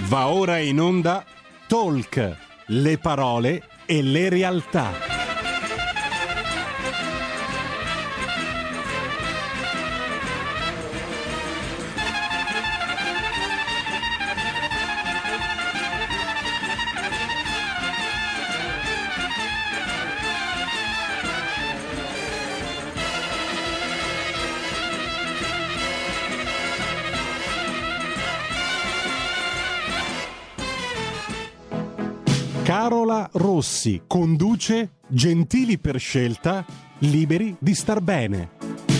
Va ora in onda Talk, le parole e le realtà. Carola Rossi conduce Gentili per scelta, liberi di star bene.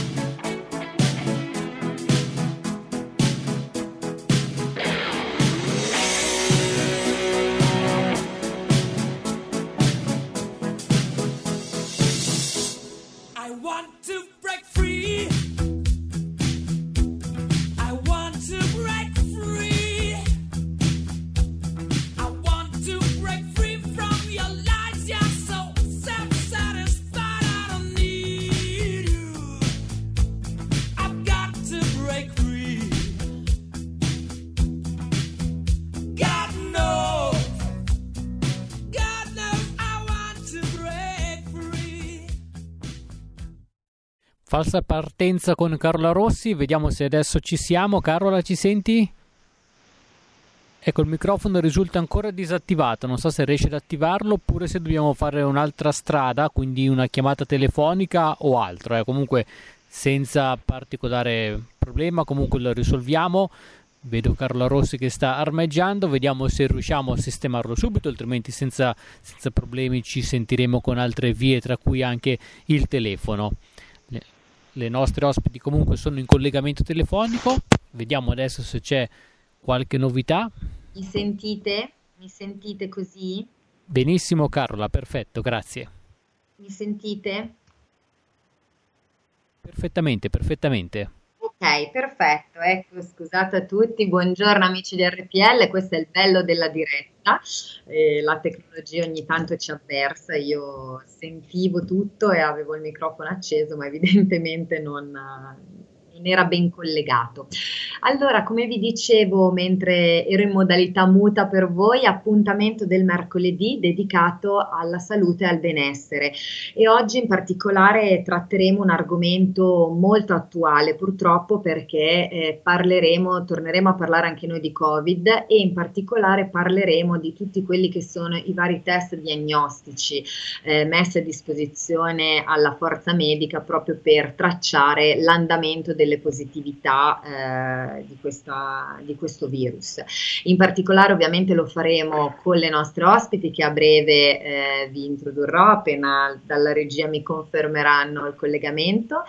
Falsa partenza con Carola Rossi, vediamo se adesso ci siamo. Carola, ci senti? Ecco, il microfono risulta ancora disattivato, non so se riesci ad attivarlo oppure se dobbiamo fare un'altra strada, quindi una chiamata telefonica o altro. Comunque senza particolare problema, comunque lo risolviamo. Vedo Carola Rossi che sta armeggiando, vediamo se riusciamo a sistemarlo subito, altrimenti senza problemi ci sentiremo con altre vie, tra cui anche il telefono. Le nostre ospiti comunque sono in collegamento telefonico, vediamo adesso se c'è qualche novità. Mi sentite? Mi sentite così? Benissimo Carola, perfetto, grazie. Mi sentite? Perfettamente. Ok, perfetto. Ecco, scusate a tutti, buongiorno amici di RPL, questo è il bello della diretta. La tecnologia ogni tanto ci avversa, io sentivo tutto e avevo il microfono acceso, ma evidentemente non era ben collegato. Allora, come vi dicevo mentre ero in modalità muta per voi, appuntamento del mercoledì dedicato alla salute e al benessere, e oggi in particolare tratteremo un argomento molto attuale purtroppo, perché torneremo a parlare anche noi di Covid, e in particolare parleremo di tutti quelli che sono i vari test diagnostici messi a disposizione alla forza medica proprio per tracciare l'andamento delle positività di questo virus. In particolare ovviamente lo faremo con le nostre ospiti che a breve vi introdurrò, appena dalla regia mi confermeranno il collegamento,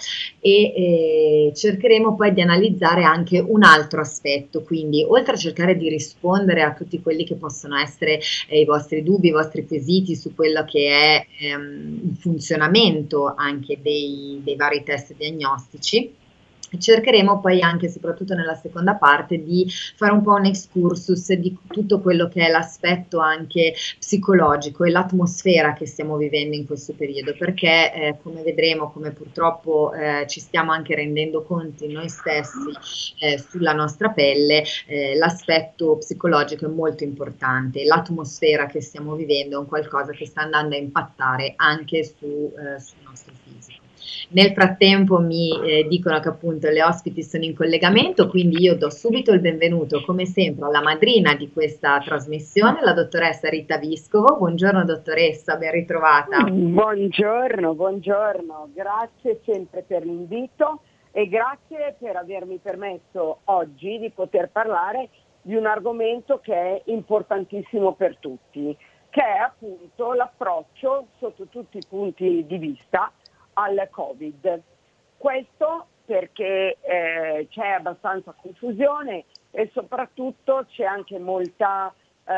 e cercheremo poi di analizzare anche un altro aspetto, quindi oltre a cercare di rispondere a tutti quelli che possono essere i vostri dubbi, i vostri quesiti su quello che è il funzionamento anche dei vari test diagnostici, cercheremo poi anche, soprattutto nella seconda parte, di fare un po' un excursus di tutto quello che è l'aspetto anche psicologico e l'atmosfera che stiamo vivendo in questo periodo, perché come vedremo, come purtroppo ci stiamo anche rendendo conti noi stessi sulla nostra pelle, l'aspetto psicologico è molto importante. L'atmosfera che stiamo vivendo è un qualcosa che sta andando a impattare anche sul nostro fisico. Nel frattempo mi dicono che appunto le ospiti sono in collegamento, quindi io do subito il benvenuto come sempre alla madrina di questa trasmissione, la dottoressa Rita Vescovo. Buongiorno dottoressa, ben ritrovata. Buongiorno, grazie sempre per l'invito e grazie per avermi permesso oggi di poter parlare di un argomento che è importantissimo per tutti, che è appunto l'approccio sotto tutti i punti di vista al Covid. Questo perché c'è abbastanza confusione e soprattutto c'è anche molta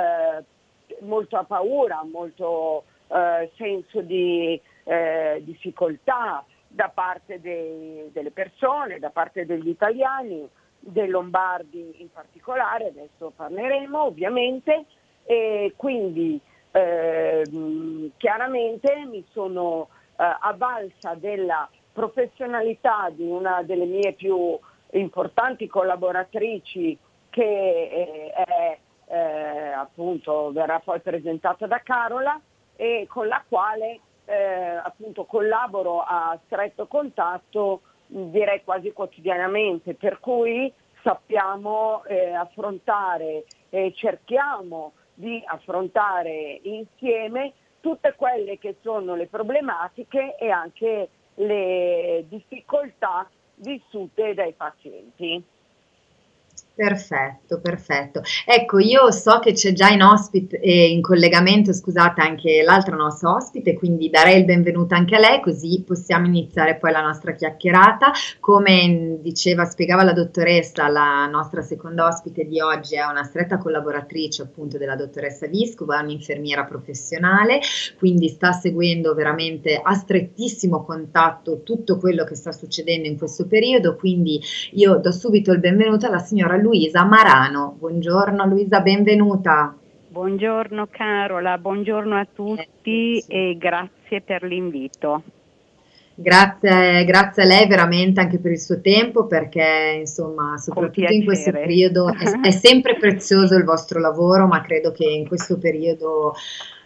paura, molto senso di difficoltà da parte delle persone, da parte degli italiani, dei lombardi in particolare, adesso parleremo ovviamente, e quindi chiaramente mi sono avvalsa della professionalità di una delle mie più importanti collaboratrici, che è appunto verrà poi presentata da Carola e con la quale appunto collaboro a stretto contatto, direi quasi quotidianamente, per cui sappiamo affrontare e cerchiamo di affrontare insieme tutte quelle che sono le problematiche e anche le difficoltà vissute dai pazienti. Perfetto, perfetto. Ecco, io so che c'è già in collegamento, scusate, anche l'altra nostra ospite, quindi darei il benvenuto anche a lei, così possiamo iniziare poi la nostra chiacchierata. Come spiegava la dottoressa, la nostra seconda ospite di oggi è una stretta collaboratrice appunto della dottoressa Viscova, è un'infermiera professionale, quindi sta seguendo veramente a strettissimo contatto tutto quello che sta succedendo in questo periodo, quindi io do subito il benvenuto alla signora Luisa Marano. Buongiorno Luisa, benvenuta. Buongiorno Carola, buongiorno a tutti e grazie per l'invito. Grazie a lei veramente anche per il suo tempo, perché insomma soprattutto in questo periodo è sempre prezioso il vostro lavoro, ma credo che in questo periodo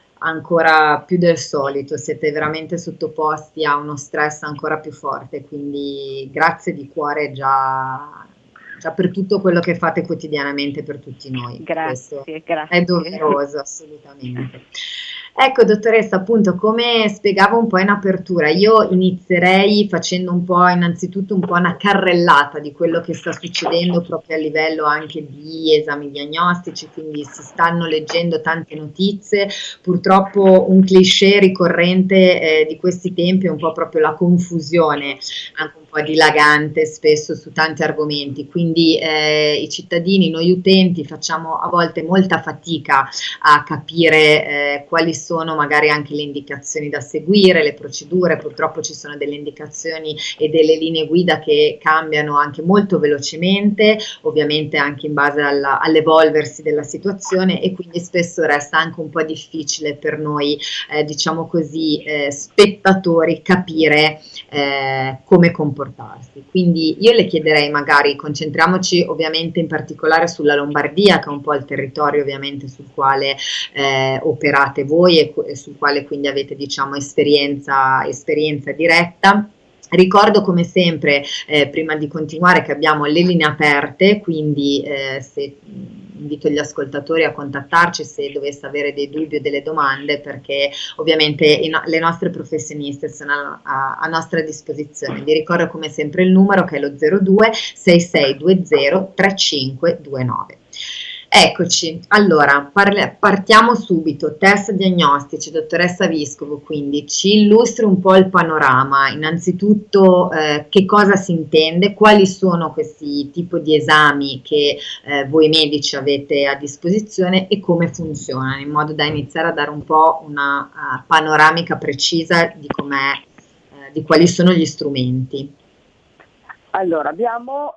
ancora più del solito siete veramente sottoposti a uno stress ancora più forte, quindi grazie di cuore già per tutto quello che fate quotidianamente per tutti noi. Grazie. È doveroso, assolutamente. Ecco, dottoressa, appunto, come spiegavo un po' in apertura, io inizierei facendo innanzitutto un po' una carrellata di quello che sta succedendo proprio a livello anche di esami diagnostici, quindi si stanno leggendo tante notizie. Purtroppo un cliché ricorrente di questi tempi è un po' proprio la confusione, anche un po' dilagante spesso su tanti argomenti, quindi i cittadini, noi utenti facciamo a volte molta fatica a capire quali sono magari anche le indicazioni da seguire, le procedure. Purtroppo ci sono delle indicazioni e delle linee guida che cambiano anche molto velocemente, ovviamente anche in base all'evolversi della situazione, e quindi spesso resta anche un po' difficile per noi, diciamo così, spettatori capire come comportarsi. Quindi io le chiederei, magari concentriamoci ovviamente in particolare sulla Lombardia, che è un po' il territorio ovviamente sul quale operate voi e sul quale quindi avete, diciamo, esperienza diretta. Ricordo come sempre, prima di continuare, che abbiamo le linee aperte, quindi invito gli ascoltatori a contattarci se dovesse avere dei dubbi o delle domande, perché ovviamente le nostre professioniste sono a nostra disposizione. Vi ricordo come sempre il numero, che è lo 02 6620 3529. Eccoci, allora partiamo subito. Test diagnostici, dottoressa Viscovo, quindi ci illustri un po' il panorama. Innanzitutto che cosa si intende, quali sono questi tipi di esami che voi medici avete a disposizione e come funzionano, in modo da iniziare a dare un po' una panoramica precisa di di quali sono gli strumenti. Allora, abbiamo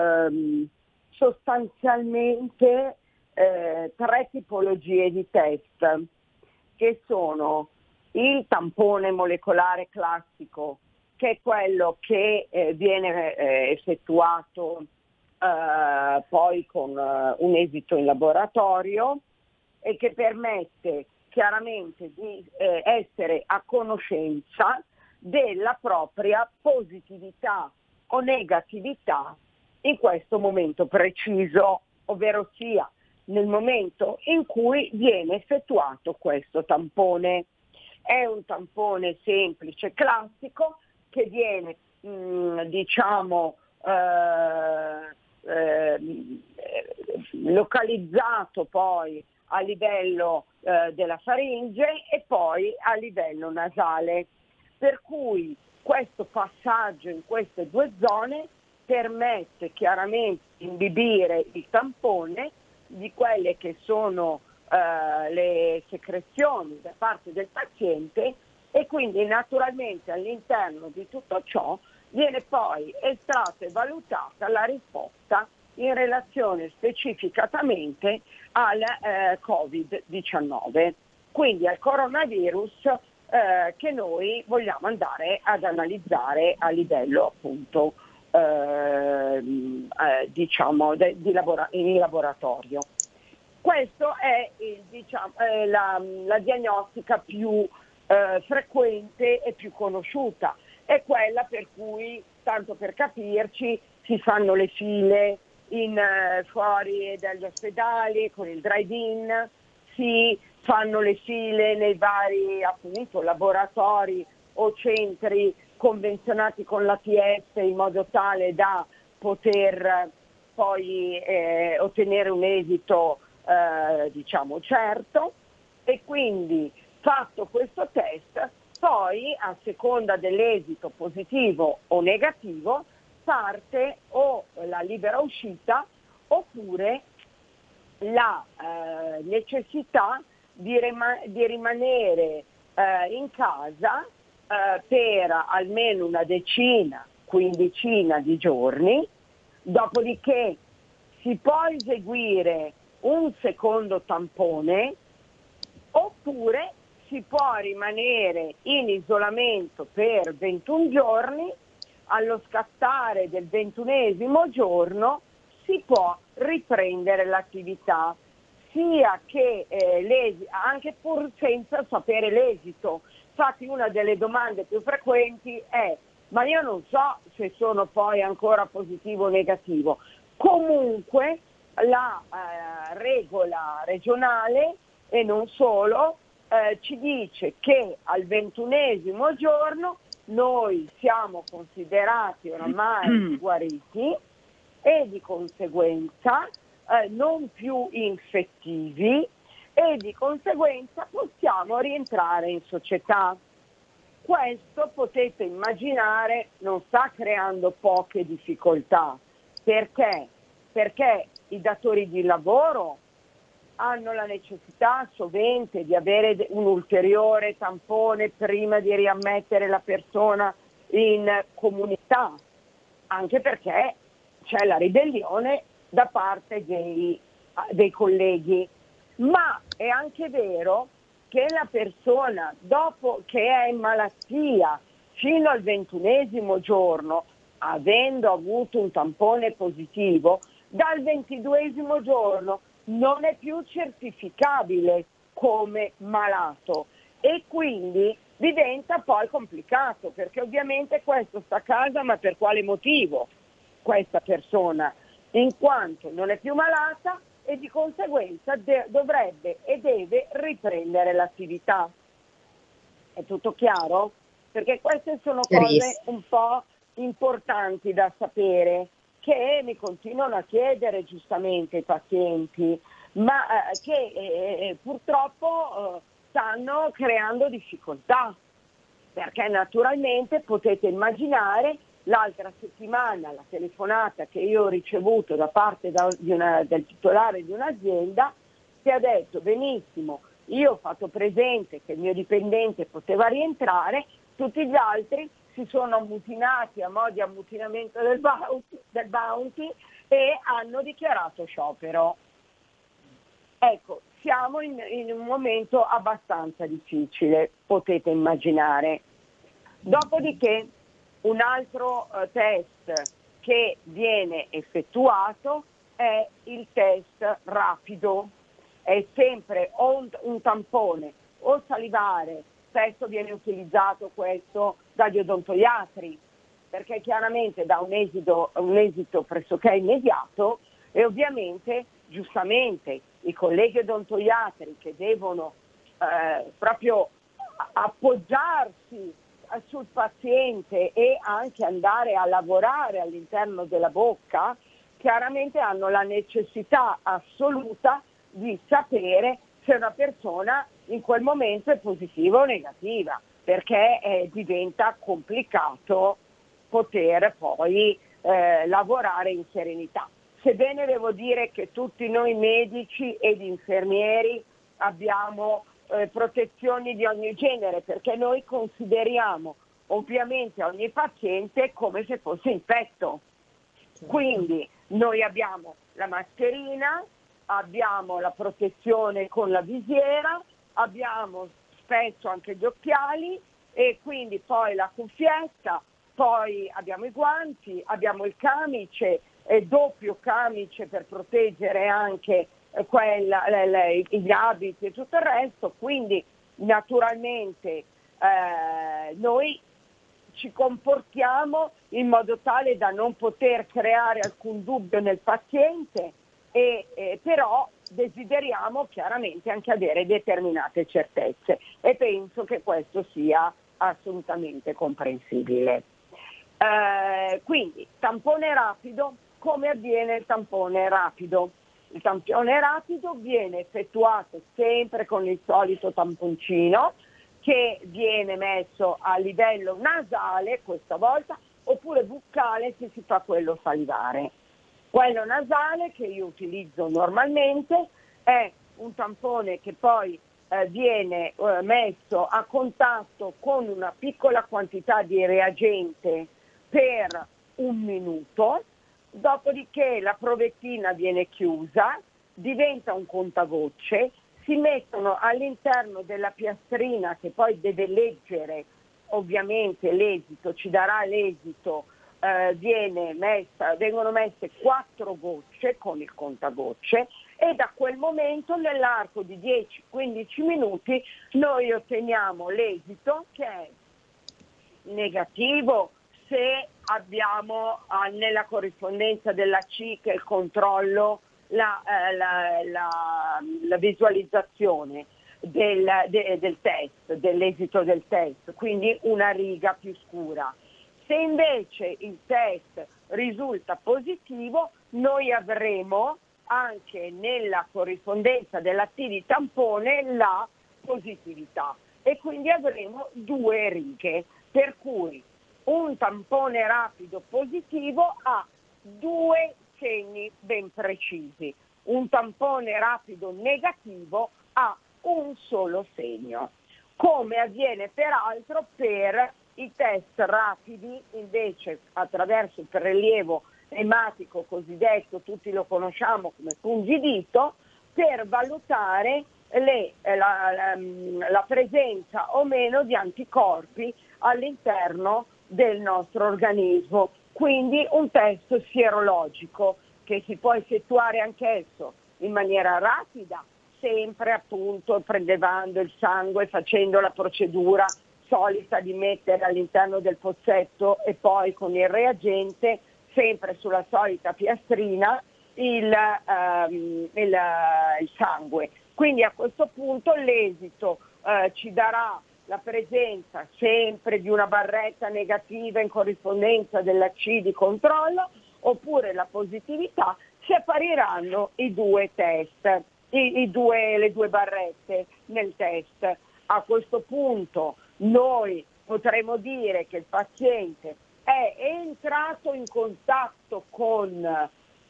sostanzialmente tre tipologie di test, che sono il tampone molecolare classico, che è quello che viene effettuato poi con un esito in laboratorio e che permette chiaramente di essere a conoscenza della propria positività o negatività in questo momento preciso, ovvero sia nel momento in cui viene effettuato questo tampone. È un tampone semplice, classico, che viene localizzato poi a livello della faringe e poi a livello nasale, per cui questo passaggio in queste due zone permette chiaramente di imbibire il tampone di quelle che sono le secrezioni da parte del paziente, e quindi naturalmente all'interno di tutto ciò viene poi estratta e valutata la risposta in relazione specificatamente al Covid-19, quindi al coronavirus che noi vogliamo andare ad analizzare a livello appunto in laboratorio. Questo è la diagnostica più frequente e più conosciuta, è quella per cui, tanto per capirci, si fanno le file fuori dagli ospedali con il drive-in, si fanno le file nei vari appunto laboratori o centri convenzionati con l'ATS in modo tale da poter poi ottenere un esito certo, e quindi fatto questo test poi a seconda dell'esito positivo o negativo parte o la libera uscita oppure la necessità di rimanere in casa per almeno una decina, quindicina di giorni, dopodiché si può eseguire un secondo tampone oppure si può rimanere in isolamento per 21 giorni, allo scattare del 21esimo giorno si può riprendere l'attività, sia che anche pur senza sapere l'esito. Infatti una delle domande più frequenti è: ma io non so se sono poi ancora positivo o negativo. Comunque la regola regionale e non solo ci dice che al 21esimo giorno noi siamo considerati oramai guariti e di conseguenza non più infettivi e di conseguenza possiamo rientrare in società. Questo potete immaginare non sta creando poche difficoltà. Perché? Perché i datori di lavoro hanno la necessità sovente di avere un ulteriore tampone prima di riammettere la persona in comunità, anche perché c'è la ribellione da parte dei colleghi. Ma è anche vero che la persona, dopo che è in malattia fino al 21esimo giorno, avendo avuto un tampone positivo, dal 22esimo giorno non è più certificabile come malato e quindi diventa poi complicato, perché ovviamente questo sta a casa, ma per quale motivo questa persona? In quanto non è più malata e di conseguenza dovrebbe e deve riprendere l'attività. È tutto chiaro? Perché queste sono cose un po' importanti da sapere, che mi continuano a chiedere giustamente i pazienti, ma che purtroppo stanno creando difficoltà, perché naturalmente potete immaginare l'altra settimana la telefonata che io ho ricevuto da parte del titolare di un'azienda, che ha detto: benissimo, io ho fatto presente che il mio dipendente poteva rientrare, tutti gli altri si sono ammutinati a mo' di ammutinamento del bounty e hanno dichiarato sciopero. Ecco, siamo in un momento abbastanza difficile, potete immaginare. Dopodiché un altro test che viene effettuato è il test rapido. È sempre o un tampone o salivare. Spesso viene utilizzato questo dagli odontoiatri, perché chiaramente dà un esito pressoché immediato e ovviamente giustamente i colleghi odontoiatri che devono proprio appoggiarsi sul paziente e anche andare a lavorare all'interno della bocca, chiaramente hanno la necessità assoluta di sapere se una persona in quel momento è positiva o negativa, perché diventa complicato poter poi lavorare in serenità. Sebbene devo dire che tutti noi medici ed infermieri abbiamo protezioni di ogni genere, perché noi consideriamo ovviamente ogni paziente come se fosse infetto. Quindi noi abbiamo la mascherina, abbiamo la protezione con la visiera, abbiamo spesso anche gli occhiali e quindi poi la cuffietta, poi abbiamo i guanti, abbiamo il camice, doppio camice per proteggere anche gli abiti e tutto il resto, quindi naturalmente noi ci comportiamo in modo tale da non poter creare alcun dubbio nel paziente, però desideriamo chiaramente anche avere determinate certezze, e penso che questo sia assolutamente comprensibile. Quindi tampone rapido. Come avviene il tampone rapido? Il tampone rapido viene effettuato sempre con il solito tamponcino, che viene messo a livello nasale questa volta, oppure buccale se si fa quello salivare. Quello nasale, che io utilizzo normalmente, è un tampone che poi viene messo a contatto con una piccola quantità di reagente per 1 minuto, dopodiché la provettina viene chiusa, diventa un contagocce, si mettono all'interno della piastrina, che poi deve leggere ovviamente l'esito, ci darà l'esito, vengono messe 4 gocce con il contagocce, e da quel momento nell'arco di 10-15 minuti noi otteniamo l'esito, che è negativo se abbiamo nella corrispondenza della C, che è il controllo, la visualizzazione del test, dell'esito del test, quindi una riga più scura. Se invece il test risulta positivo, noi avremo anche nella corrispondenza della T di tampone la positività, e quindi avremo 2 righe, per cui un tampone rapido positivo ha 2 segni ben precisi, un tampone rapido negativo ha un solo segno. Come avviene peraltro per i test rapidi, invece, attraverso il prelievo ematico cosiddetto, tutti lo conosciamo come pungidito, per valutare la presenza o meno di anticorpi all'interno del nostro organismo. Quindi un test sierologico che si può effettuare anch'esso in maniera rapida, sempre appunto prelevando il sangue, facendo la procedura solita di mettere all'interno del pozzetto e poi con il reagente, sempre sulla solita piastrina, il sangue. Quindi a questo punto l'esito ci darà la presenza sempre di una barretta negativa in corrispondenza della C di controllo, oppure la positività, si appariranno i 2 test, le 2 barrette nel test. A questo punto noi potremo dire che il paziente è entrato in contatto con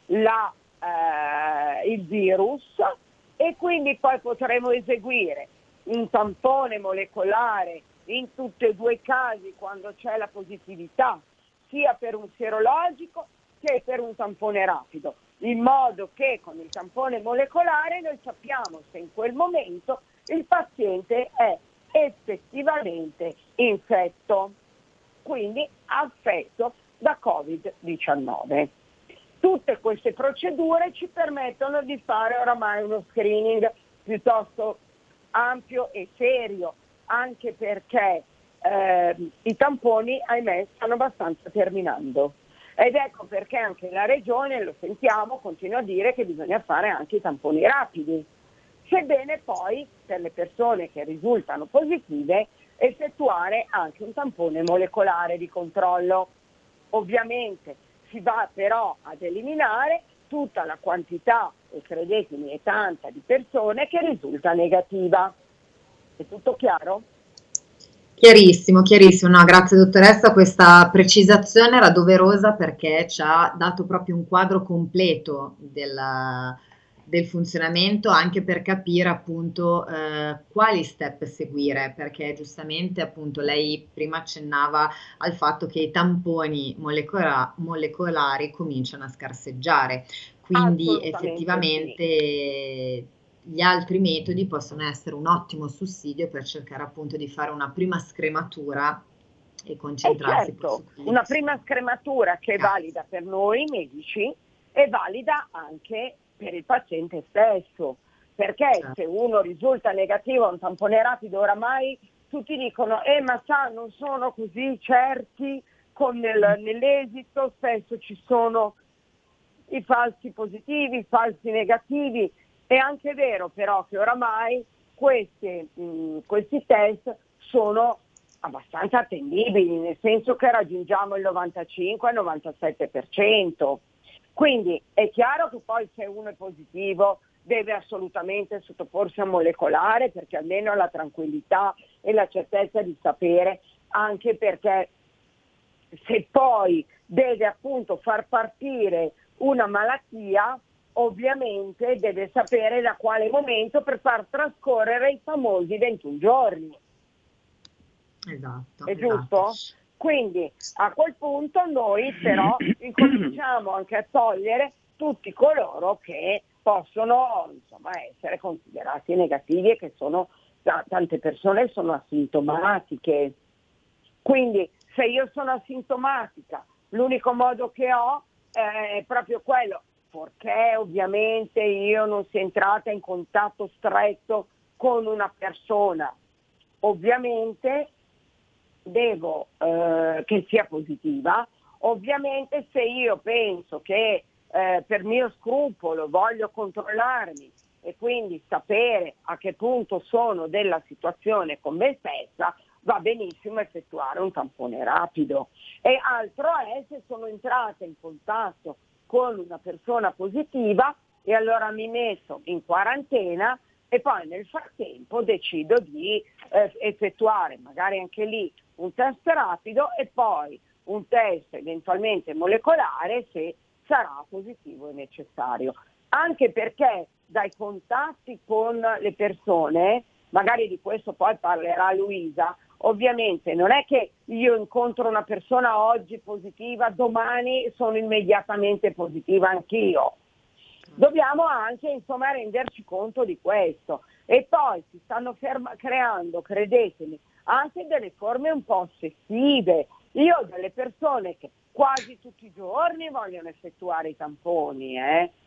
il virus, e quindi poi potremo eseguire un tampone molecolare in tutti e 2 i casi quando c'è la positività, sia per un sierologico che per un tampone rapido, in modo che con il tampone molecolare noi sappiamo se in quel momento il paziente è effettivamente infetto, quindi affetto da Covid-19. Tutte queste procedure ci permettono di fare oramai uno screening piuttosto ampio e serio, anche perché i tamponi, ahimè, stanno abbastanza terminando. Ed ecco perché anche la Regione, lo sentiamo, continua a dire che bisogna fare anche i tamponi rapidi, sebbene poi per le persone che risultano positive effettuare anche un tampone molecolare di controllo. Ovviamente si va però ad eliminare tutta la quantità, e credetemi è tanta, di persone che risulta negativa. È tutto chiaro? Chiarissimo, chiarissimo. No, grazie dottoressa, questa precisazione era doverosa perché ci ha dato proprio un quadro completo del funzionamento, anche per capire appunto quali step seguire, perché giustamente appunto lei prima accennava al fatto che i tamponi molecolari cominciano a scarseggiare, quindi effettivamente sì, gli altri metodi possono essere un ottimo sussidio per cercare appunto di fare una prima scrematura e concentrarsi certo, una prima scrematura che è valida per noi medici, è valida anche per il paziente stesso, perché se uno risulta negativo a un tampone rapido, oramai tutti dicono ma sa, non sono così certi nell'esito, spesso ci sono i falsi positivi, i falsi negativi. È anche vero però che oramai questi test sono abbastanza attendibili, nel senso che raggiungiamo il 95-97%. Quindi è chiaro che poi se uno è positivo deve assolutamente sottoporsi a molecolare, perché almeno ha la tranquillità e la certezza di sapere, anche perché se poi deve appunto far partire una malattia, ovviamente deve sapere da quale momento per far trascorrere i famosi 21 giorni. Esatto. È giusto? Quindi a quel punto noi però incominciamo anche a togliere tutti coloro che possono essere considerati negativi e che tante persone sono asintomatiche. Quindi se io sono asintomatica, l'unico modo che ho è proprio quello, perché ovviamente io non sia entrata in contatto stretto con una persona, ovviamente devo che sia positiva. Ovviamente se io penso che per mio scrupolo voglio controllarmi e quindi sapere a che punto sono della situazione con me stessa, va benissimo effettuare un tampone rapido. E altro è se sono entrata in contatto con una persona positiva e allora mi metto in quarantena e poi nel frattempo decido di effettuare magari anche lì un test rapido e poi un test eventualmente molecolare se sarà positivo e necessario. Anche perché dai contatti con le persone, magari di questo poi parlerà Luisa, ovviamente non è che io incontro una persona oggi positiva, domani sono immediatamente positiva anch'io. Dobbiamo anche renderci conto di questo. E poi si stanno creando, credetemi, anche delle forme un po' ossessive. Io ho delle persone che quasi tutti i giorni vogliono effettuare i tamponi,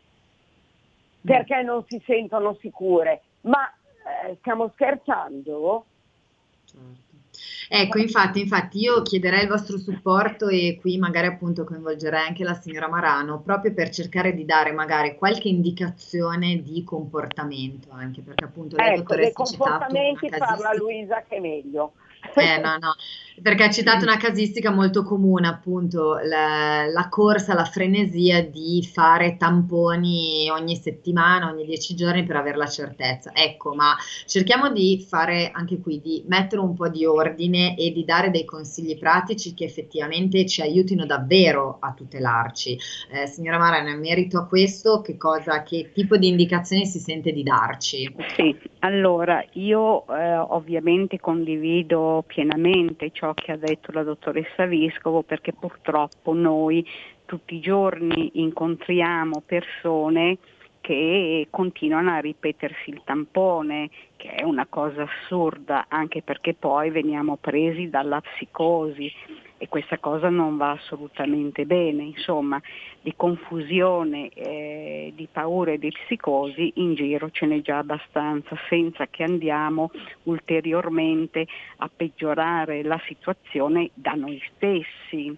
perché non si sentono sicure. Ma stiamo scherzando? Certo. Ecco, infatti io chiederei il vostro supporto e qui magari appunto coinvolgerei anche la signora Marano proprio per cercare di dare magari qualche indicazione di comportamento, anche perché appunto lei dei dottoressa ha citato una comportamenti parla casistica. Luisa che è meglio. No, perché ha citato una casistica molto comune, appunto, la corsa, la frenesia di fare tamponi ogni settimana, ogni 10 giorni per avere la certezza. Ecco, ma cerchiamo di fare anche qui, di mettere un po' di ordine e di dare dei consigli pratici che effettivamente ci aiutino davvero a tutelarci. Signora Marana, in merito a questo, che tipo di indicazioni si sente di darci? Sì, allora io ovviamente condivido pienamente ciò che ha detto la dottoressa Vescovo, perché purtroppo noi tutti i giorni incontriamo persone che continuano a ripetersi il tampone, che è una cosa assurda, anche perché poi veniamo presi dalla psicosi e questa cosa non va assolutamente bene. Insomma, di confusione, di paura e di psicosi in giro ce n'è già abbastanza, senza che andiamo ulteriormente a peggiorare la situazione da noi stessi.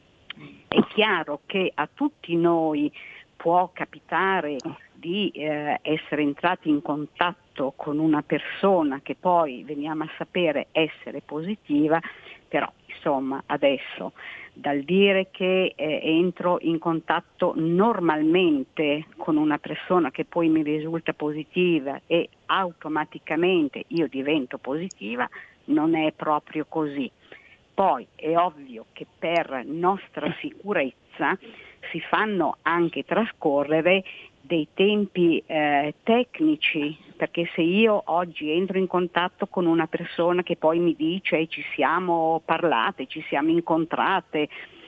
È chiaro che a tutti noi può capitare di essere entrati in contatto con una persona che poi veniamo a sapere essere positiva, però insomma adesso dal dire che entro in contatto normalmente con una persona che poi mi risulta positiva e automaticamente io divento positiva, non è proprio così. Poi è ovvio che per nostra sicurezza si fanno anche trascorrere dei tempi tecnici, perché se io oggi entro in contatto con una persona che poi mi dice ci siamo parlate, ci siamo incontrate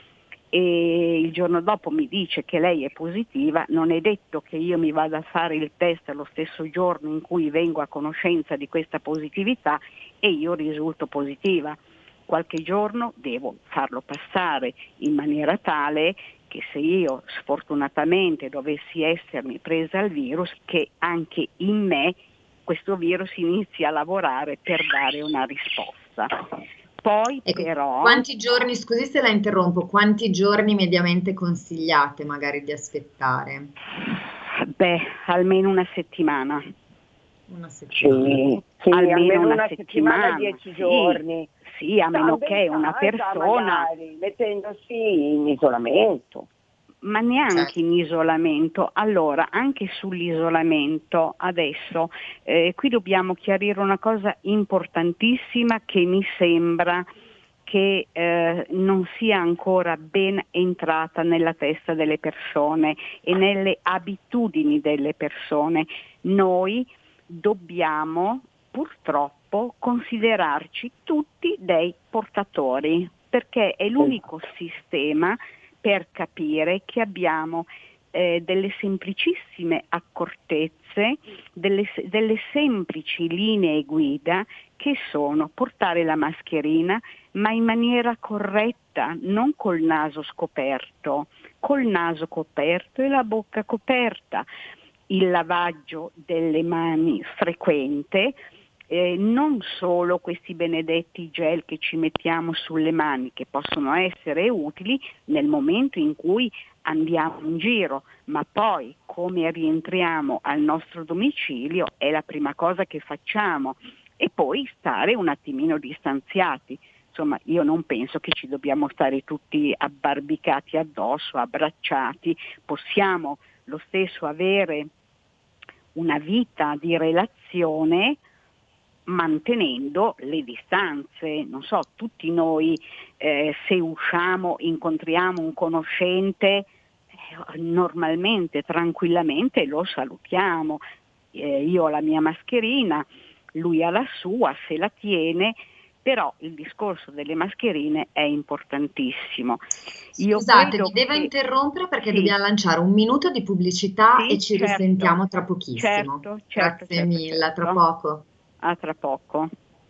e il giorno dopo mi dice che lei è positiva, non è detto che io mi vada a fare il test lo stesso giorno in cui vengo a conoscenza di questa positività e io risulto positiva. Qualche giorno devo farlo passare in maniera tale che se io sfortunatamente dovessi essermi presa il virus, che anche in me questo virus inizia a lavorare per dare una risposta. Poi però... Quanti giorni, scusi se la interrompo, quanti giorni mediamente consigliate magari di aspettare? Beh, almeno una settimana. Una settimana. Sì, almeno una settimana, 10 giorni. Sì, a meno che una persona... magari, mettendosi in isolamento. Ma neanche Certo. in isolamento. Allora, anche sull'isolamento adesso, qui dobbiamo chiarire una cosa importantissima che mi sembra che non sia ancora ben entrata nella testa delle persone e nelle abitudini delle persone. Noi dobbiamo purtroppo considerarci tutti dei portatori, perché è l'unico sistema per capire che abbiamo delle semplicissime accortezze, delle semplici linee guida che sono portare la mascherina ma in maniera corretta, non col naso scoperto e la bocca coperta, il lavaggio delle mani frequente, non solo questi benedetti gel che ci mettiamo sulle mani, che possono essere utili nel momento in cui andiamo in giro, ma poi come rientriamo al nostro domicilio è la prima cosa che facciamo, e poi stare un attimino distanziati. Insomma, io non penso che ci dobbiamo stare tutti abbarbicati addosso, abbracciati, possiamo lo stesso avere una vita di relazione mantenendo le distanze. Non so, tutti noi se usciamo, incontriamo un conoscente, normalmente, tranquillamente lo salutiamo. Io ho la mia mascherina, lui ha la sua, se la tiene, però il discorso delle mascherine è importantissimo. Scusate, mi devo interrompere perché dobbiamo lanciare un minuto di pubblicità e ci risentiamo tra pochissimo. Grazie mille, a tra poco. A tra poco.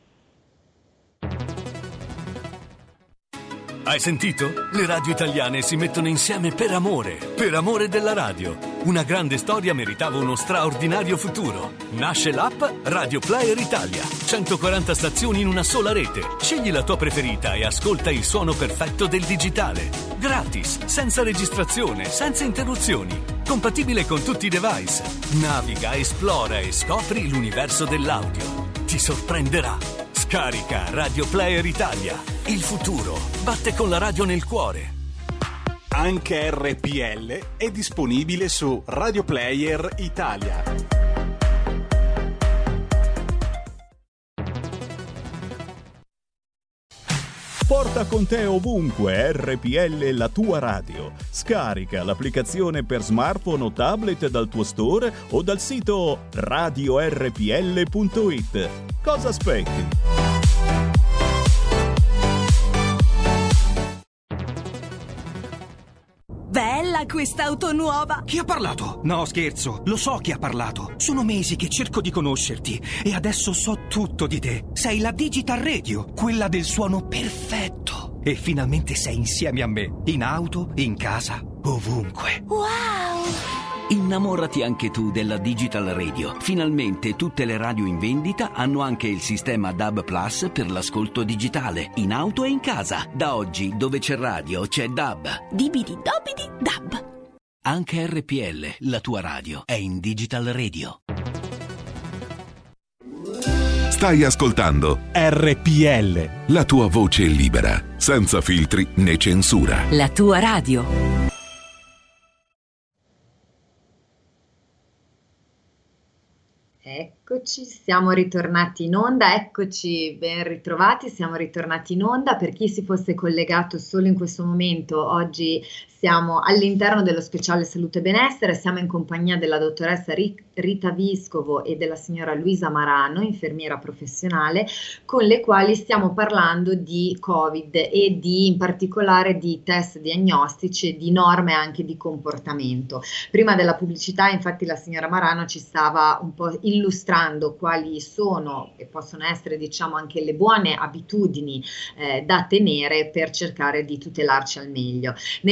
Hai sentito? Le radio italiane si mettono insieme per amore della radio. Una grande storia meritava uno straordinario futuro. Nasce l'app Radio Player Italia. 140 stazioni in una sola rete. Scegli la tua preferita e ascolta il suono perfetto del digitale. Gratis, senza registrazione, senza interruzioni. Compatibile con tutti i device. Naviga, esplora e scopri l'universo dell'audio. Ti sorprenderà. Scarica Radio Player Italia. Il futuro batte con la radio nel cuore. Anche RPL è disponibile su Radio Player Italia. Porta con te ovunque RPL, la tua radio. Scarica l'applicazione per smartphone o tablet dal tuo store o dal sito radiorpl.it. Cosa aspetti? Bella quest'auto nuova! Chi ha parlato? No, scherzo, lo so chi ha parlato. Sono mesi che cerco di conoscerti e adesso so tutto di te. Sei la Digital Radio, quella del suono perfetto. E finalmente sei insieme a me, in auto, in casa, ovunque. Wow! Innamorati anche tu della Digital Radio. Finalmente tutte le radio in vendita hanno anche il sistema DAB Plus per l'ascolto digitale, in auto e in casa. Da oggi, dove c'è radio, c'è DAB. Dibidi dobidi dab. Anche RPL, la tua radio, è in Digital Radio. Stai ascoltando RPL. La tua voce libera, senza filtri né censura. La tua radio. Eccoci, siamo ritornati in onda, eccoci, ben ritrovati, siamo ritornati in onda. Per chi si fosse collegato solo in questo momento, oggi siamo all'interno dello speciale Salute e Benessere, siamo in compagnia della dottoressa Rita Viscovo e della signora Luisa Marano, infermiera professionale, con le quali stiamo parlando di Covid e in particolare di test diagnostici e di norme anche di comportamento. Prima della pubblicità, infatti, la signora Marano ci stava un po' illustrando quali sono e possono essere, diciamo, anche le buone abitudini da tenere per cercare di tutelarci al meglio. Nel frattempo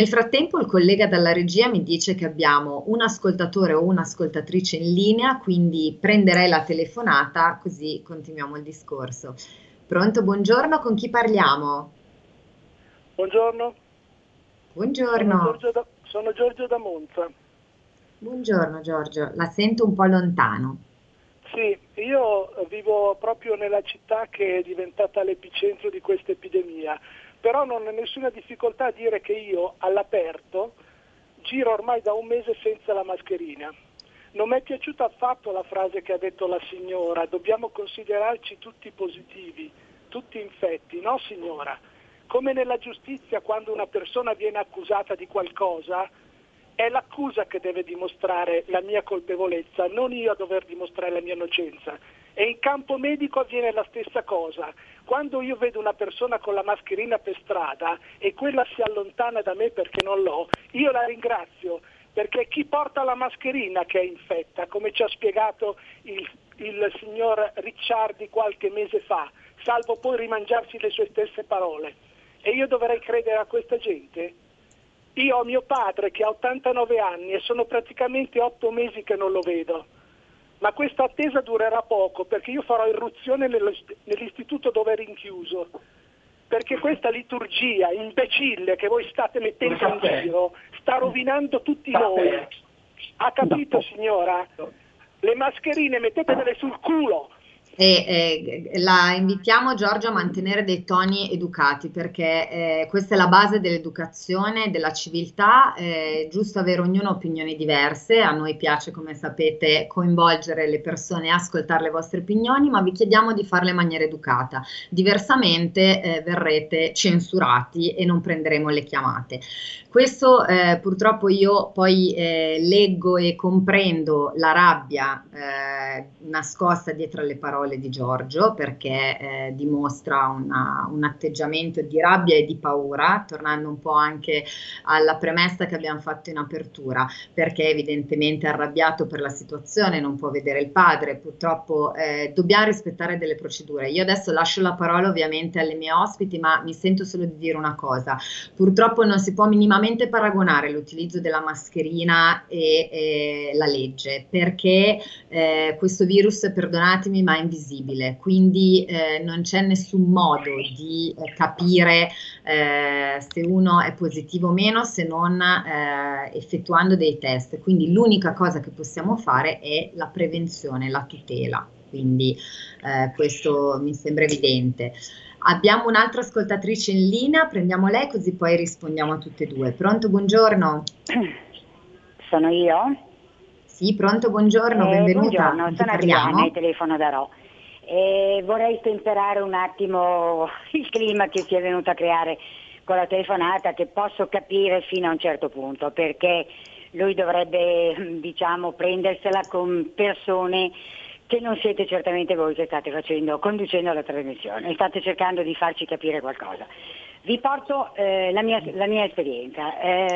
frattempo il collega dalla regia mi dice che abbiamo un ascoltatore o un'ascoltatrice in linea, quindi prenderei la telefonata così continuiamo il discorso. Pronto, buongiorno, con chi parliamo? Buongiorno. Buongiorno. Sono Giorgio da Monza. Buongiorno Giorgio, la sento un po' lontano. Sì, io vivo proprio nella città che è diventata l'epicentro di questa epidemia, però non ho nessuna difficoltà a dire che io all'aperto giro ormai da un mese senza la mascherina. Non mi è piaciuta affatto la frase che ha detto la signora, dobbiamo considerarci tutti positivi, tutti infetti. No signora, come nella giustizia quando una persona viene accusata di qualcosa, è l'accusa che deve dimostrare la mia colpevolezza, non io a dover dimostrare la mia innocenza. E in campo medico avviene la stessa cosa. Quando io vedo una persona con la mascherina per strada e quella si allontana da me perché non l'ho, io la ringrazio, perché è chi porta la mascherina che è infetta, come ci ha spiegato il signor Ricciardi qualche mese fa, salvo poi rimangiarsi le sue stesse parole. E io dovrei credere a questa gente? Io ho mio padre che ha 89 anni e sono praticamente 8 mesi che non lo vedo. Ma questa attesa durerà poco perché io farò irruzione nell'istituto dove è rinchiuso. Perché questa liturgia imbecille che voi state mettendo in giro sta rovinando tutti noi. Ha capito signora? Le mascherine mettetele sul culo. La invitiamo Giorgio a mantenere dei toni educati perché questa è la base dell'educazione, della civiltà, è giusto avere ognuno opinioni diverse, a noi piace come sapete coinvolgere le persone e ascoltare le vostre opinioni, ma vi chiediamo di farle in maniera educata, diversamente verrete censurati e non prenderemo le chiamate. Questo purtroppo io poi leggo e comprendo la rabbia nascosta dietro alle parole di Giorgio perché dimostra un atteggiamento di rabbia e di paura, tornando un po' anche alla premessa che abbiamo fatto in apertura, perché evidentemente è arrabbiato per la situazione, non può vedere il padre, purtroppo dobbiamo rispettare delle procedure. Io adesso lascio la parola ovviamente alle mie ospiti, ma mi sento solo di dire una cosa: purtroppo non si può minimamente paragonare l'utilizzo della mascherina e la legge, perché questo virus, perdonatemi, ma è invisibile, quindi non c'è nessun modo di capire se uno è positivo o meno se non effettuando dei test, quindi l'unica cosa che possiamo fare è la prevenzione, la tutela, quindi questo mi sembra evidente. Abbiamo un'altra ascoltatrice in linea, prendiamo lei così poi rispondiamo a tutte e due. Pronto, buongiorno. Sono io? Sì, pronto, buongiorno, benvenuta. Buongiorno, sono Adriana e telefono da Rho. Vorrei temperare un attimo il clima che si è venuto a creare con la telefonata, che posso capire fino a un certo punto, perché lui dovrebbe, diciamo, prendersela con persone che non siete certamente voi che state conducendo la trasmissione, state cercando di farci capire qualcosa. Vi porto la mia esperienza.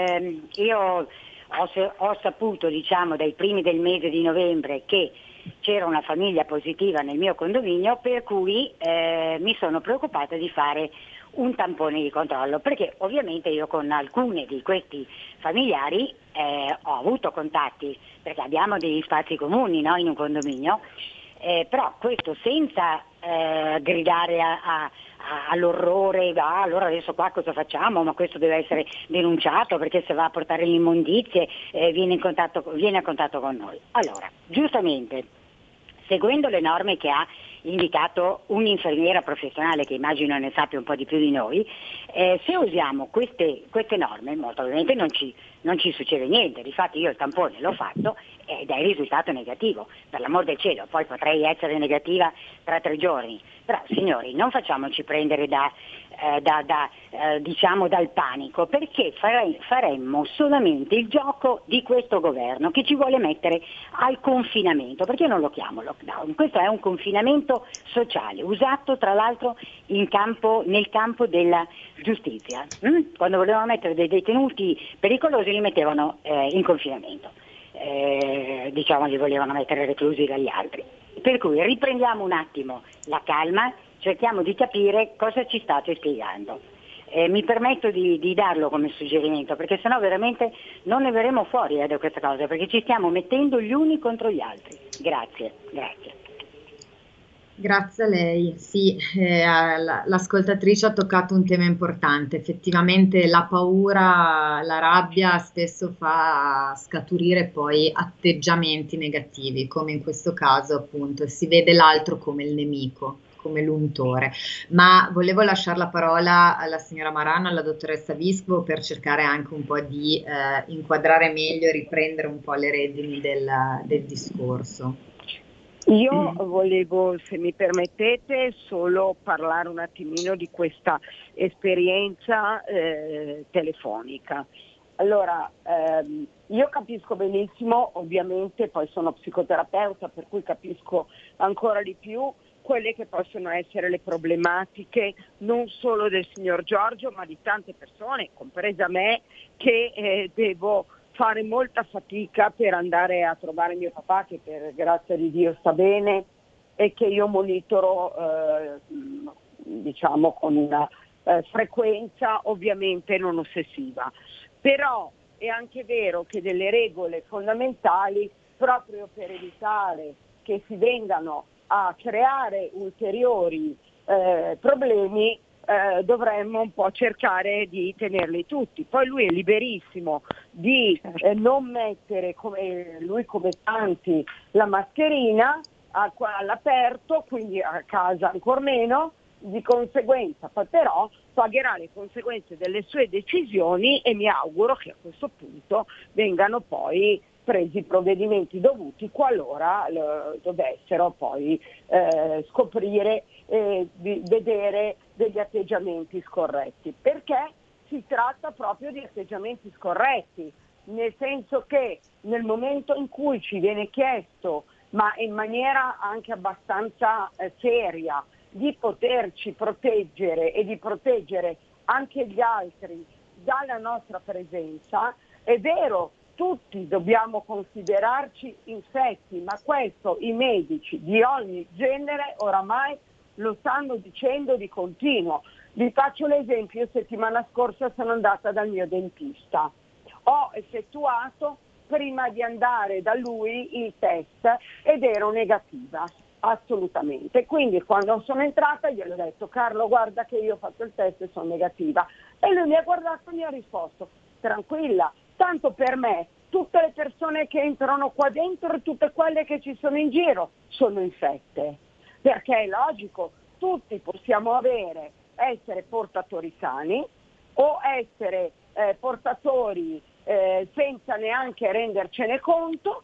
Io ho saputo, diciamo, dai primi del mese di novembre che c'era una famiglia positiva nel mio condominio, per cui mi sono preoccupata di fare un tampone di controllo, perché ovviamente io con alcuni di questi familiari ho avuto contatti, perché abbiamo degli spazi comuni, no, in un condominio, però questo senza gridare all'orrore, allora adesso qua cosa facciamo, ma questo deve essere denunciato perché se va a portare le immondizie viene a contatto con noi. Allora, giustamente, seguendo le norme che ha indicato un'infermiera professionale che immagino ne sappia un po' di più di noi, se usiamo queste norme molto ovviamente non ci succede niente. Difatti io il tampone l'ho fatto ed è il risultato negativo, per l'amor del cielo, poi potrei essere negativa tra 3 giorni, però signori non facciamoci prendere diciamo dal panico, perché faremmo solamente il gioco di questo governo che ci vuole mettere al confinamento, perché io non lo chiamo lockdown, questo è un confinamento sociale usato tra l'altro nel campo della giustizia. Quando volevano mettere dei detenuti pericolosi li mettevano in confinamento, diciamo li volevano mettere reclusi dagli altri, per cui riprendiamo un attimo la calma, cerchiamo di capire cosa ci state spiegando. Mi permetto di darlo come suggerimento, perché sennò veramente non ne verremo fuori da questa cosa, perché ci stiamo mettendo gli uni contro gli altri. Grazie. Grazie a lei. Sì, l'ascoltatrice ha toccato un tema importante. Effettivamente la paura, la rabbia spesso fa scaturire poi atteggiamenti negativi, come in questo caso appunto si vede l'altro come il nemico, come l'untore. Ma volevo lasciare la parola alla signora Marano, alla dottoressa Viscovo, per cercare anche un po' di inquadrare meglio e riprendere un po' le redini del discorso. Io volevo, se mi permettete, solo parlare un attimino di questa esperienza telefonica. Allora, io capisco benissimo, ovviamente, poi sono psicoterapeuta, per cui capisco ancora di più quelle che possono essere le problematiche non solo del signor Giorgio, ma di tante persone, compresa me, che devo fare molta fatica per andare a trovare mio papà, che per grazia di Dio sta bene e che io monitoro diciamo con una frequenza ovviamente non ossessiva. Però è anche vero che delle regole fondamentali, proprio per evitare che si vengano a creare ulteriori problemi, dovremmo un po' cercare di tenerli tutti. Poi lui è liberissimo di non mettere, come lui come tanti, la mascherina all'aperto, quindi a casa ancor meno, di conseguenza poi però pagherà le conseguenze delle sue decisioni e mi auguro che a questo punto vengano poi presi i provvedimenti dovuti qualora dovessero poi scoprire e vedere degli atteggiamenti scorretti, perché si tratta proprio di atteggiamenti scorretti, nel senso che nel momento in cui ci viene chiesto, ma in maniera anche abbastanza seria, di poterci proteggere e di proteggere anche gli altri dalla nostra presenza, è vero, tutti dobbiamo considerarci infetti, ma questo i medici di ogni genere oramai lo stanno dicendo di continuo. Vi faccio l'esempio: io settimana scorsa sono andata dal mio dentista, ho effettuato prima di andare da lui il test ed ero negativa, assolutamente. Quindi quando sono entrata gli ho detto: Carlo, guarda che io ho fatto il test e sono negativa. E lui mi ha guardato e mi ha risposto: tranquilla, tanto per me tutte le persone che entrano qua dentro e tutte quelle che ci sono in giro sono infette, perché è logico, tutti possiamo essere portatori sani o essere portatori senza neanche rendercene conto,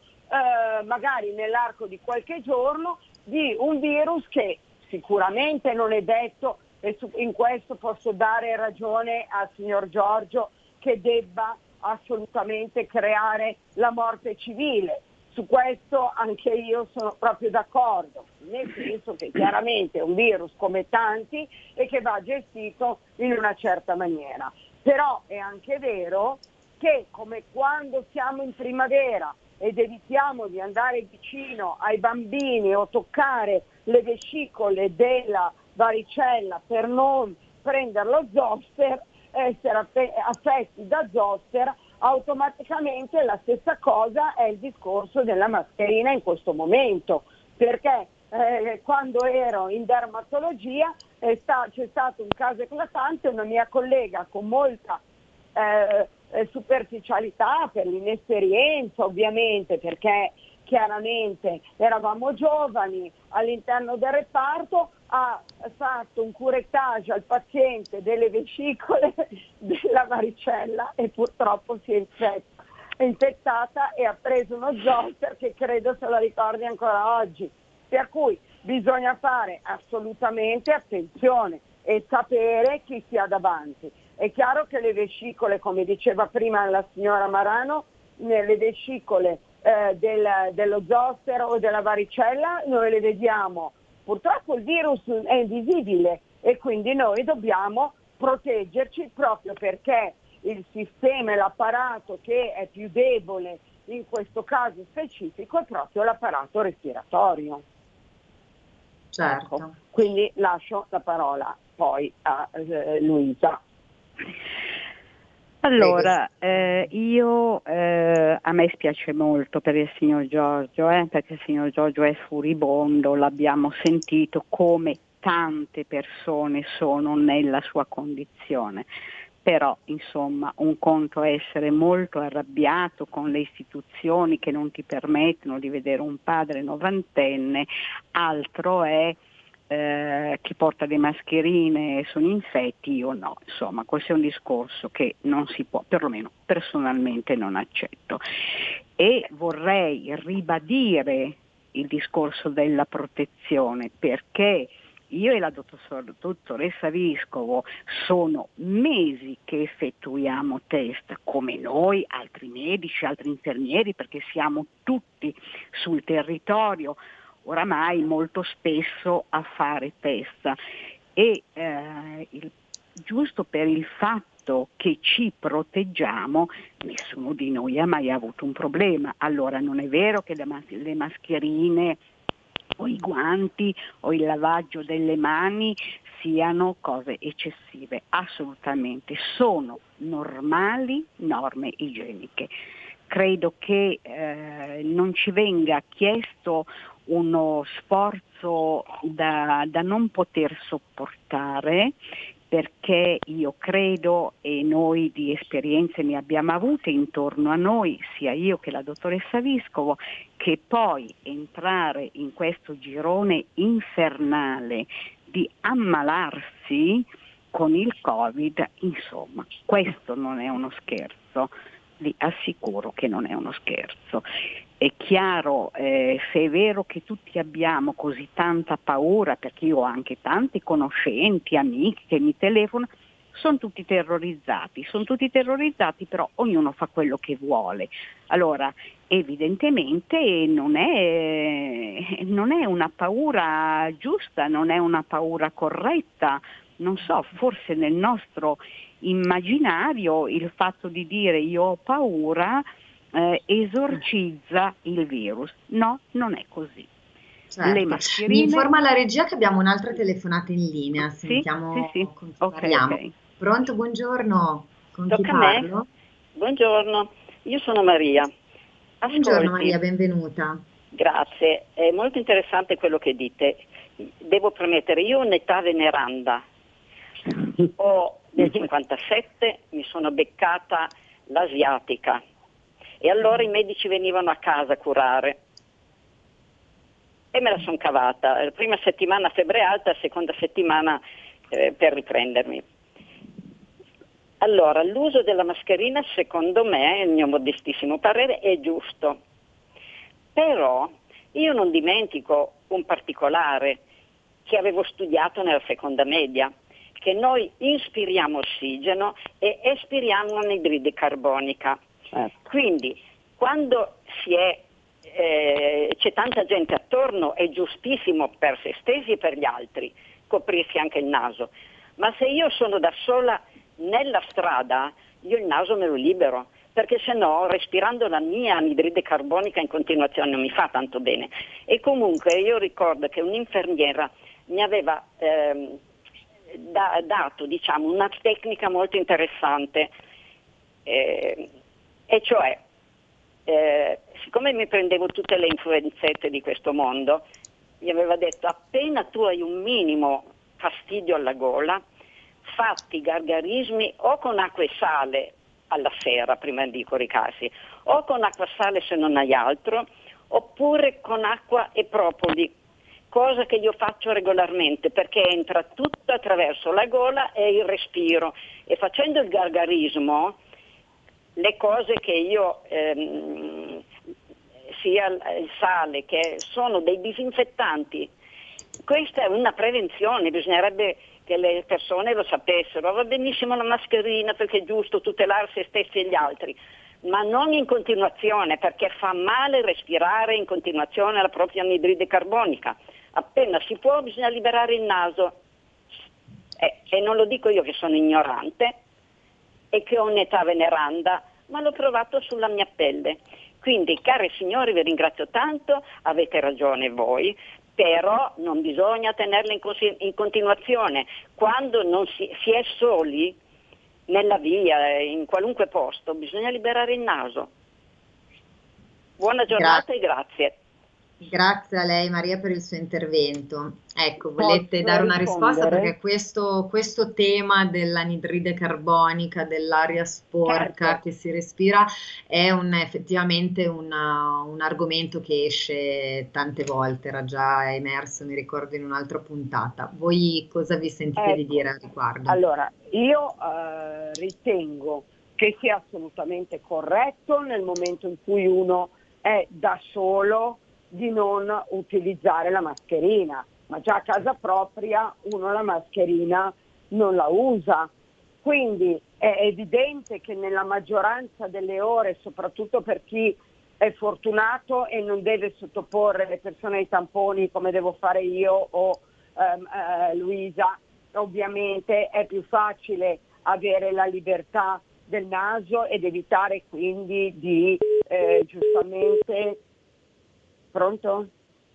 magari nell'arco di qualche giorno, di un virus che sicuramente non è detto, e in questo posso dare ragione al signor Giorgio, che debba assolutamente creare la morte civile. Su questo anche io sono proprio d'accordo, nel senso che chiaramente è un virus come tanti e che va gestito in una certa maniera. Però è anche vero che, come quando siamo in primavera ed evitiamo di andare vicino ai bambini o toccare le vescicole della varicella per non prendere lo zoster, essere affetti da zoster, automaticamente la stessa cosa è il discorso della mascherina in questo momento, perché quando ero in dermatologia c'è stato un caso eclatante, una mia collega con molta superficialità, per l'inesperienza ovviamente, perché chiaramente eravamo giovani all'interno del reparto, ha fatto un curettage al paziente delle vescicole della varicella e purtroppo si è infettata e ha preso uno zoster che credo se lo ricordi ancora oggi. Per cui bisogna fare assolutamente attenzione e sapere chi si ha davanti. È chiaro che le vescicole, come diceva prima la signora Marano, nelle vescicole dello zoster o della varicella noi le vediamo. Purtroppo il virus è invisibile e quindi noi dobbiamo proteggerci, proprio perché il sistema e l'apparato che è più debole in questo caso specifico è proprio l'apparato respiratorio. Certo. Ecco, quindi lascio la parola poi a Luisa. Allora, a me spiace molto per il signor Giorgio, perché il signor Giorgio è furibondo, l'abbiamo sentito, come tante persone sono nella sua condizione. Però, insomma, un conto è essere molto arrabbiato con le istituzioni che non ti permettono di vedere un padre novantenne, altro è chi porta le mascherine e sono infetti, io no. Insomma, questo è un discorso che non si può, perlomeno personalmente non accetto. E vorrei ribadire il discorso della protezione, perché io e la dottoressa Vescovo sono mesi che effettuiamo test, come noi, altri medici, altri infermieri, perché siamo tutti sul territorio oramai molto spesso a fare test. E giusto per il fatto che ci proteggiamo, nessuno di noi ha mai avuto un problema. Allora non è vero che le mascherine o i guanti o il lavaggio delle mani siano cose eccessive, assolutamente, sono normali norme igieniche. Credo che non ci venga chiesto uno sforzo da non poter sopportare, perché io credo, e noi di esperienze ne abbiamo avute intorno a noi, sia io che la dottoressa Vescovo, che poi entrare in questo girone infernale di ammalarsi con il Covid, insomma, questo non è uno scherzo, vi assicuro che non è uno scherzo. È chiaro, se è vero che tutti abbiamo così tanta paura, perché io ho anche tanti conoscenti, amici che mi telefonano, sono tutti terrorizzati, però ognuno fa quello che vuole. Allora, evidentemente non è una paura giusta, non è una paura corretta. Non so, forse nel nostro immaginario il fatto di dire io ho paura esorcizza il virus. No, non è così. Certo. Le mascherine... Mi informa la regia che abbiamo un'altra telefonata in linea. Sentiamo sì. con chi parliamo. Okay. Pronto, buongiorno. Con chi Tocca a parlo? me? Buongiorno, io sono Maria. Buongiorno Maria, benvenuta. Grazie, è molto interessante quello che dite. Devo premettere, io ho un'età veneranda. Ho nel 57 mi sono beccata l'asiatica e allora i medici venivano a casa a curare e me la sono cavata. La prima settimana febbre alta, la seconda settimana per riprendermi. Allora, l'uso della mascherina secondo me, il mio modestissimo parere, è giusto. Però io non dimentico un particolare che avevo studiato nella seconda media, che noi inspiriamo ossigeno e espiriamo anidride carbonica. Quindi quando c'è tanta gente attorno è giustissimo per se stessi e per gli altri coprirsi anche il naso, ma se io sono da sola nella strada io il naso me lo libero, perché se no respirando la mia anidride carbonica in continuazione non mi fa tanto bene. E comunque io ricordo che un'infermiera mi aveva dato, diciamo, una tecnica molto interessante, e cioè siccome mi prendevo tutte le influenzette di questo mondo, mi aveva detto: appena tu hai un minimo fastidio alla gola, fatti gargarismi o con acqua e sale alla sera prima di coricarsi, o con acqua e sale se non hai altro, oppure con acqua e propoli, cosa che io faccio regolarmente perché entra tutto attraverso la gola e il respiro, e facendo il gargarismo le cose che io sia il sale che sono dei disinfettanti, questa è una prevenzione, bisognerebbe che le persone lo sapessero. Va benissimo la mascherina perché è giusto tutelare se stessi e gli altri, ma non in continuazione, perché fa male respirare in continuazione la propria anidride carbonica. Appena si può bisogna liberare il naso, e non lo dico io che sono ignorante e che ho un'età veneranda, ma l'ho provato sulla mia pelle. Quindi, cari signori, vi ringrazio tanto, avete ragione voi, però non bisogna tenerla in continuazione. Quando non si è soli, nella via, in qualunque posto, bisogna liberare il naso. Buona giornata e grazie. Grazie a lei Maria per il suo intervento. Ecco, volete dare una risposta, perché questo tema dell'anidride carbonica, dell'aria sporca che si respira è effettivamente un argomento che esce tante volte, era già emerso, mi ricordo, in un'altra puntata. Voi cosa vi sentite di dire al riguardo? Allora, io ritengo che sia assolutamente corretto nel momento in cui uno è da solo di non utilizzare la mascherina, ma già a casa propria uno la mascherina non la usa. Quindi è evidente che nella maggioranza delle ore, soprattutto per chi è fortunato e non deve sottoporre le persone ai tamponi come devo fare io o Luisa, ovviamente è più facile avere la libertà del naso ed evitare quindi di giustamente... Pronto?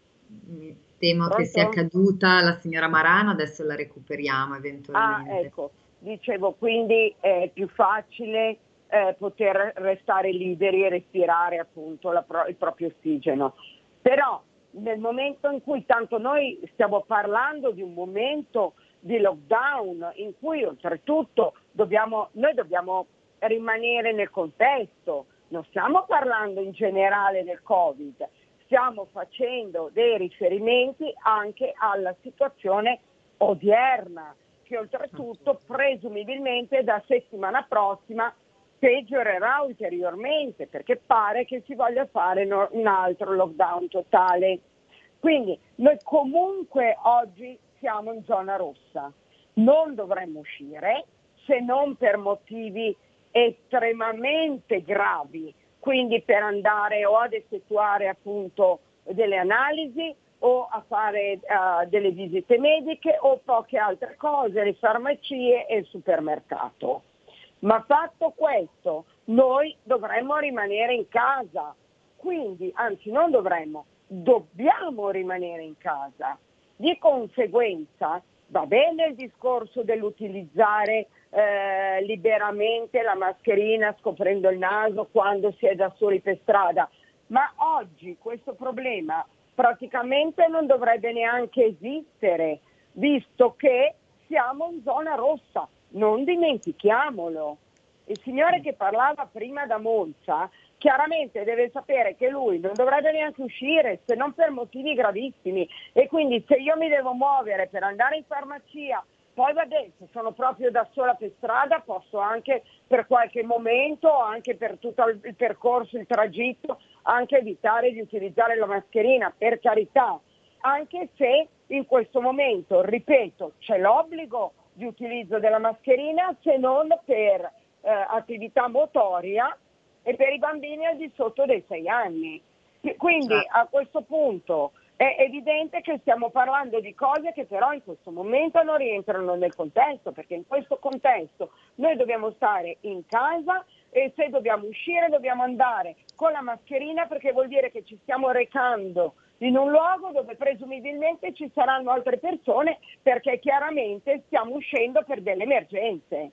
Temo che sia caduta la signora Marano, adesso la recuperiamo eventualmente. Ah, ecco, dicevo, quindi è più facile poter restare liberi e respirare appunto il proprio ossigeno. Però nel momento in cui, tanto noi stiamo parlando di un momento di lockdown in cui oltretutto noi dobbiamo rimanere nel contesto, non stiamo parlando in generale del Covid, stiamo facendo dei riferimenti anche alla situazione odierna, che oltretutto presumibilmente da settimana prossima peggiorerà ulteriormente, perché pare che si voglia fare un altro lockdown totale. Quindi noi comunque oggi siamo in zona rossa, non dovremmo uscire se non per motivi estremamente gravi, quindi per andare o ad effettuare appunto delle analisi o a fare delle visite mediche o poche altre cose, le farmacie e il supermercato. Ma fatto questo, noi dovremmo rimanere in casa, quindi anzi non dovremmo, dobbiamo rimanere in casa. Di conseguenza va bene il discorso dell'utilizzare liberamente la mascherina scoprendo il naso quando si è da soli per strada, ma oggi questo problema praticamente non dovrebbe neanche esistere, visto che siamo in zona rossa, non dimentichiamolo. Il signore che parlava prima da Monza chiaramente deve sapere che lui non dovrebbe neanche uscire se non per motivi gravissimi, e quindi se io mi devo muovere per andare in farmacia, poi vabbè, se sono proprio da sola per strada posso anche per qualche momento, anche per tutto il percorso, il tragitto, anche evitare di utilizzare la mascherina, per carità, anche se in questo momento, ripeto, c'è l'obbligo di utilizzo della mascherina se non per attività motoria e per i bambini al di sotto dei 6 anni. Quindi a questo punto è evidente che stiamo parlando di cose che però in questo momento non rientrano nel contesto, perché in questo contesto noi dobbiamo stare in casa e se dobbiamo uscire dobbiamo andare con la mascherina, perché vuol dire che ci stiamo recando in un luogo dove presumibilmente ci saranno altre persone, perché chiaramente stiamo uscendo per delle emergenze.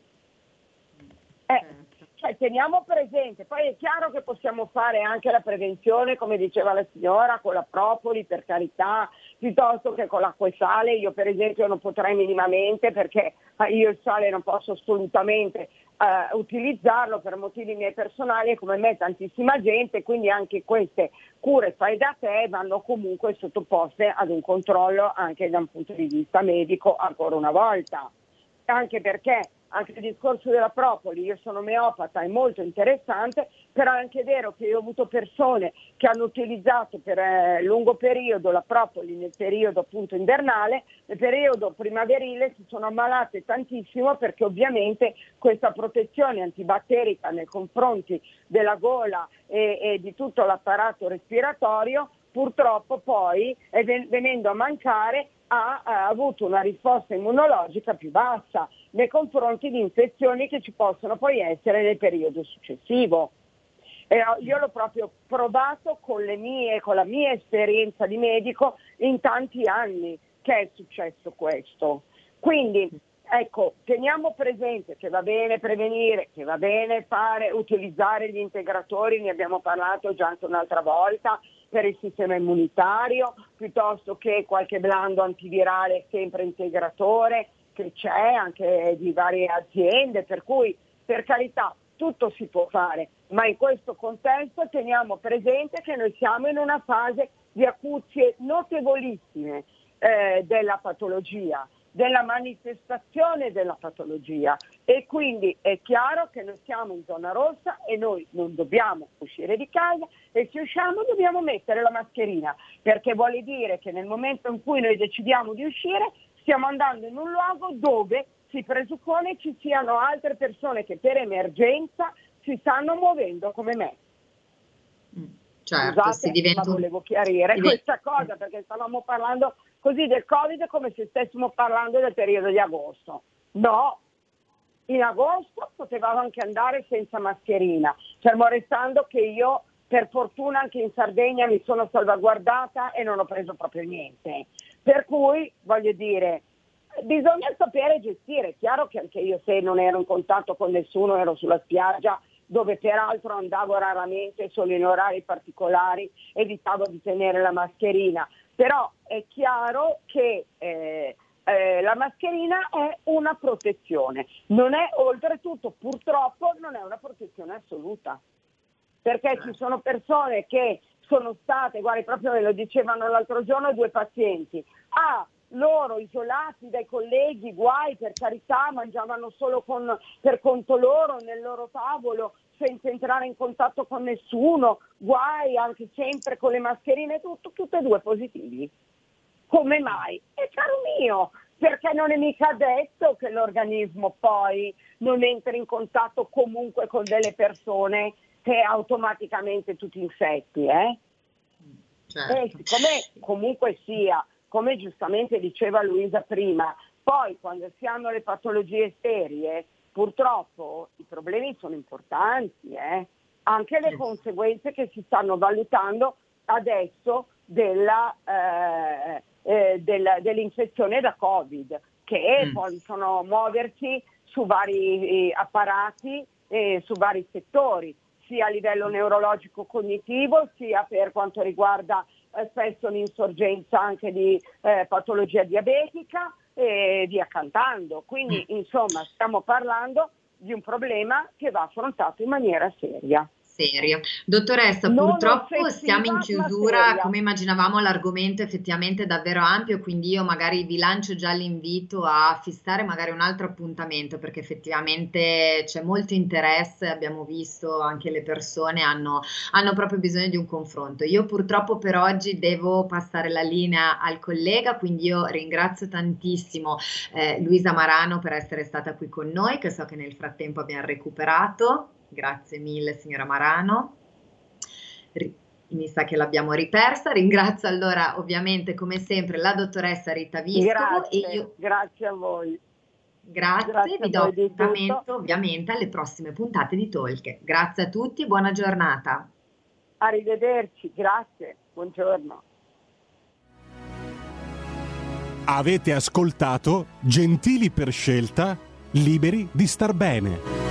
Cioè, teniamo presente, poi è chiaro che possiamo fare anche la prevenzione, come diceva la signora, con la propoli, per carità, piuttosto che con l'acqua e sale. Io per esempio non potrei minimamente, perché io il sale non posso assolutamente utilizzarlo per motivi miei personali, e come me tantissima gente, quindi anche queste cure fai da te vanno comunque sottoposte ad un controllo anche da un punto di vista medico, ancora una volta, anche perché anche il discorso della propoli, io sono omeopata, è molto interessante, però è anche vero che io ho avuto persone che hanno utilizzato per lungo periodo la propoli nel periodo appunto invernale, nel periodo primaverile si sono ammalate tantissimo, perché ovviamente questa protezione antibatterica nei confronti della gola e di tutto l'apparato respiratorio purtroppo poi venendo a mancare ha avuto una risposta immunologica più bassa nei confronti di infezioni che ci possono poi essere nel periodo successivo. Io l'ho proprio provato con la mia esperienza di medico in tanti anni che è successo questo. Quindi ecco, teniamo presente che va bene prevenire, che va bene utilizzare gli integratori, ne abbiamo parlato già anche un'altra volta, per il sistema immunitario, piuttosto che qualche blando antivirale sempre integratore che c'è anche di varie aziende, per cui per carità tutto si può fare, ma in questo contesto teniamo presente che noi siamo in una fase di acuzie notevolissime della patologia, della manifestazione della patologia, e quindi è chiaro che noi siamo in zona rossa e noi non dobbiamo uscire di casa, e se usciamo dobbiamo mettere la mascherina, perché vuole dire che nel momento in cui noi decidiamo di uscire stiamo andando in un luogo dove si presuppone ci siano altre persone che per emergenza si stanno muovendo come me. Certo, Scusate, ma volevo chiarire questa cosa, perché stavamo parlando così del Covid come se stessimo parlando del periodo di agosto. No, in agosto potevamo anche andare senza mascherina, fermo restando che io per fortuna anche in Sardegna mi sono salvaguardata e non ho preso proprio niente. Per cui, voglio dire, bisogna sapere gestire. È chiaro che anche io, se non ero in contatto con nessuno, ero sulla spiaggia, dove peraltro andavo raramente, solo in orari particolari, evitavo di tenere la mascherina. Però è chiaro che la mascherina è una protezione, non è, oltretutto purtroppo non è una protezione assoluta, perché ci sono persone che sono state, guardi, proprio me lo dicevano l'altro giorno 2 pazienti, loro isolati dai colleghi, guai, per carità, mangiavano solo per conto loro, nel loro tavolo, senza entrare in contatto con nessuno, guai, anche sempre con le mascherine, tutte e 2 positivi. Come mai? E caro mio, perché non è mica detto che l'organismo poi non entri in contatto comunque con delle persone che automaticamente tu ti infetti, Certo. E siccome comunque sia, come giustamente diceva Luisa prima, poi quando si hanno le patologie serie, purtroppo i problemi sono importanti, anche le conseguenze che si stanno valutando adesso dell'infezione da Covid, che possono muoversi su vari apparati e su vari settori, sia a livello neurologico cognitivo, sia per quanto riguarda spesso l'insorgenza anche di patologia diabetica e via cantando. Quindi insomma stiamo parlando di un problema che va affrontato in maniera seria. Serio. Dottoressa, purtroppo siamo in chiusura, come immaginavamo l'argomento effettivamente è davvero ampio, quindi io magari vi lancio già l'invito a fissare magari un altro appuntamento, perché effettivamente c'è molto interesse, abbiamo visto anche le persone hanno proprio bisogno di un confronto. Io purtroppo per oggi devo passare la linea al collega, quindi io ringrazio tantissimo Luisa Marano per essere stata qui con noi, che so che nel frattempo abbiamo recuperato. Grazie mille signora Marano, mi sa che l'abbiamo ripersa. Ringrazio allora ovviamente come sempre la dottoressa Rita Viscovo. Grazie a voi. Grazie, vi do appuntamento ovviamente alle prossime puntate di Talk. Grazie a tutti e buona giornata. Arrivederci, grazie, buongiorno. Avete ascoltato Gentili per scelta, liberi di star bene.